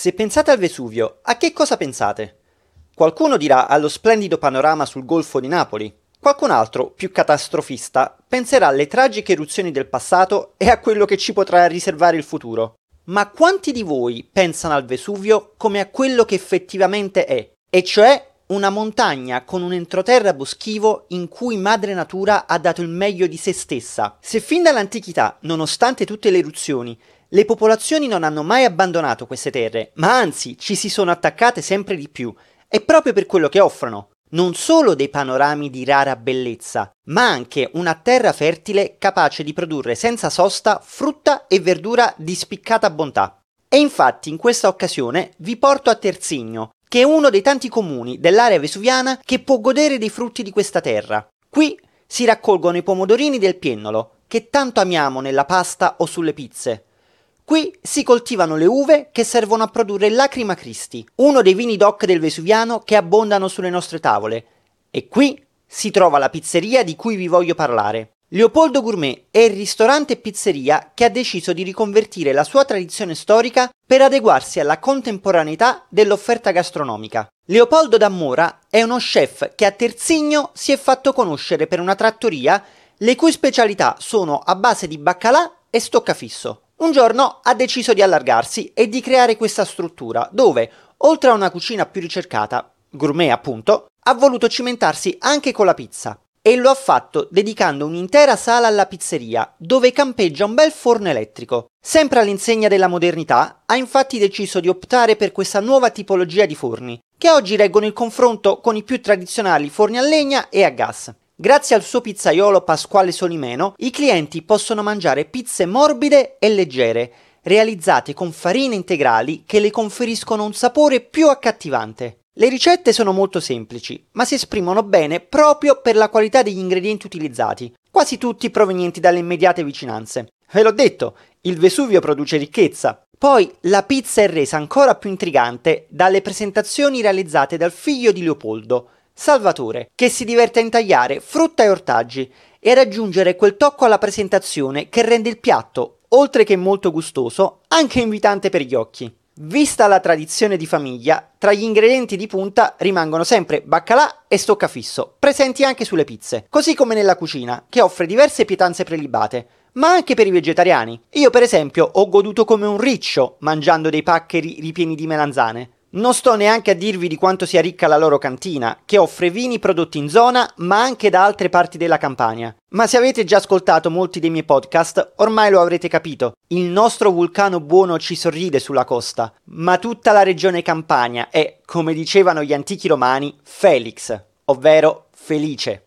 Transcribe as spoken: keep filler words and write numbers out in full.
Se pensate al Vesuvio, a che cosa pensate? Qualcuno dirà allo splendido panorama sul Golfo di Napoli. Qualcun altro, più catastrofista, penserà alle tragiche eruzioni del passato e a quello che ci potrà riservare il futuro. Ma quanti di voi pensano al Vesuvio come a quello che effettivamente è? E cioè una montagna con un entroterra boschivo in cui madre natura ha dato il meglio di se stessa. Se fin dall'antichità, nonostante tutte le eruzioni, le popolazioni non hanno mai abbandonato queste terre, ma anzi ci si sono attaccate sempre di più, è proprio per quello che offrono. Non solo dei panorami di rara bellezza, ma anche una terra fertile capace di produrre senza sosta frutta e verdura di spiccata bontà. E infatti in questa occasione vi porto a Terzigno, che è uno dei tanti comuni dell'area vesuviana che può godere dei frutti di questa terra. Qui si raccolgono i pomodorini del Piennolo, che tanto amiamo nella pasta o sulle pizze. Qui si coltivano le uve che servono a produrre il Lacrima Christi, uno dei vini DOC del Vesuviano che abbondano sulle nostre tavole. E qui si trova la pizzeria di cui vi voglio parlare. Leopoldo Gourmet è il ristorante e pizzeria che ha deciso di riconvertire la sua tradizione storica per adeguarsi alla contemporaneità dell'offerta gastronomica. Leopoldo D'Ammora è uno chef che a Terzigno si è fatto conoscere per una trattoria le cui specialità sono a base di baccalà e stoccafisso. Un giorno ha deciso di allargarsi e di creare questa struttura dove, oltre a una cucina più ricercata, gourmet appunto, ha voluto cimentarsi anche con la pizza. E lo ha fatto dedicando un'intera sala alla pizzeria, dove campeggia un bel forno elettrico. Sempre all'insegna della modernità, ha infatti deciso di optare per questa nuova tipologia di forni, che oggi reggono il confronto con i più tradizionali forni a legna e a gas. Grazie al suo pizzaiolo Pasquale Solimeno, i clienti possono mangiare pizze morbide e leggere, realizzate con farine integrali che le conferiscono un sapore più accattivante. Le ricette sono molto semplici, ma si esprimono bene proprio per la qualità degli ingredienti utilizzati, quasi tutti provenienti dalle immediate vicinanze. Ve l'ho detto, il Vesuvio produce ricchezza. Poi la pizza è resa ancora più intrigante dalle presentazioni realizzate dal figlio di Leopoldo, Salvatore, che si diverte a intagliare frutta e ortaggi e ad aggiungere quel tocco alla presentazione che rende il piatto, oltre che molto gustoso, anche invitante per gli occhi. Vista la tradizione di famiglia, tra gli ingredienti di punta rimangono sempre baccalà e stoccafisso, presenti anche sulle pizze, così come nella cucina, che offre diverse pietanze prelibate, ma anche per i vegetariani. Io per esempio ho goduto come un riccio mangiando dei paccheri ripieni di melanzane. Non sto neanche a dirvi di quanto sia ricca la loro cantina, che offre vini prodotti in zona, ma anche da altre parti della Campania. Ma se avete già ascoltato molti dei miei podcast, ormai lo avrete capito. Il nostro vulcano buono ci sorride sulla costa, ma tutta la regione Campania è, come dicevano gli antichi romani, Felix, ovvero felice.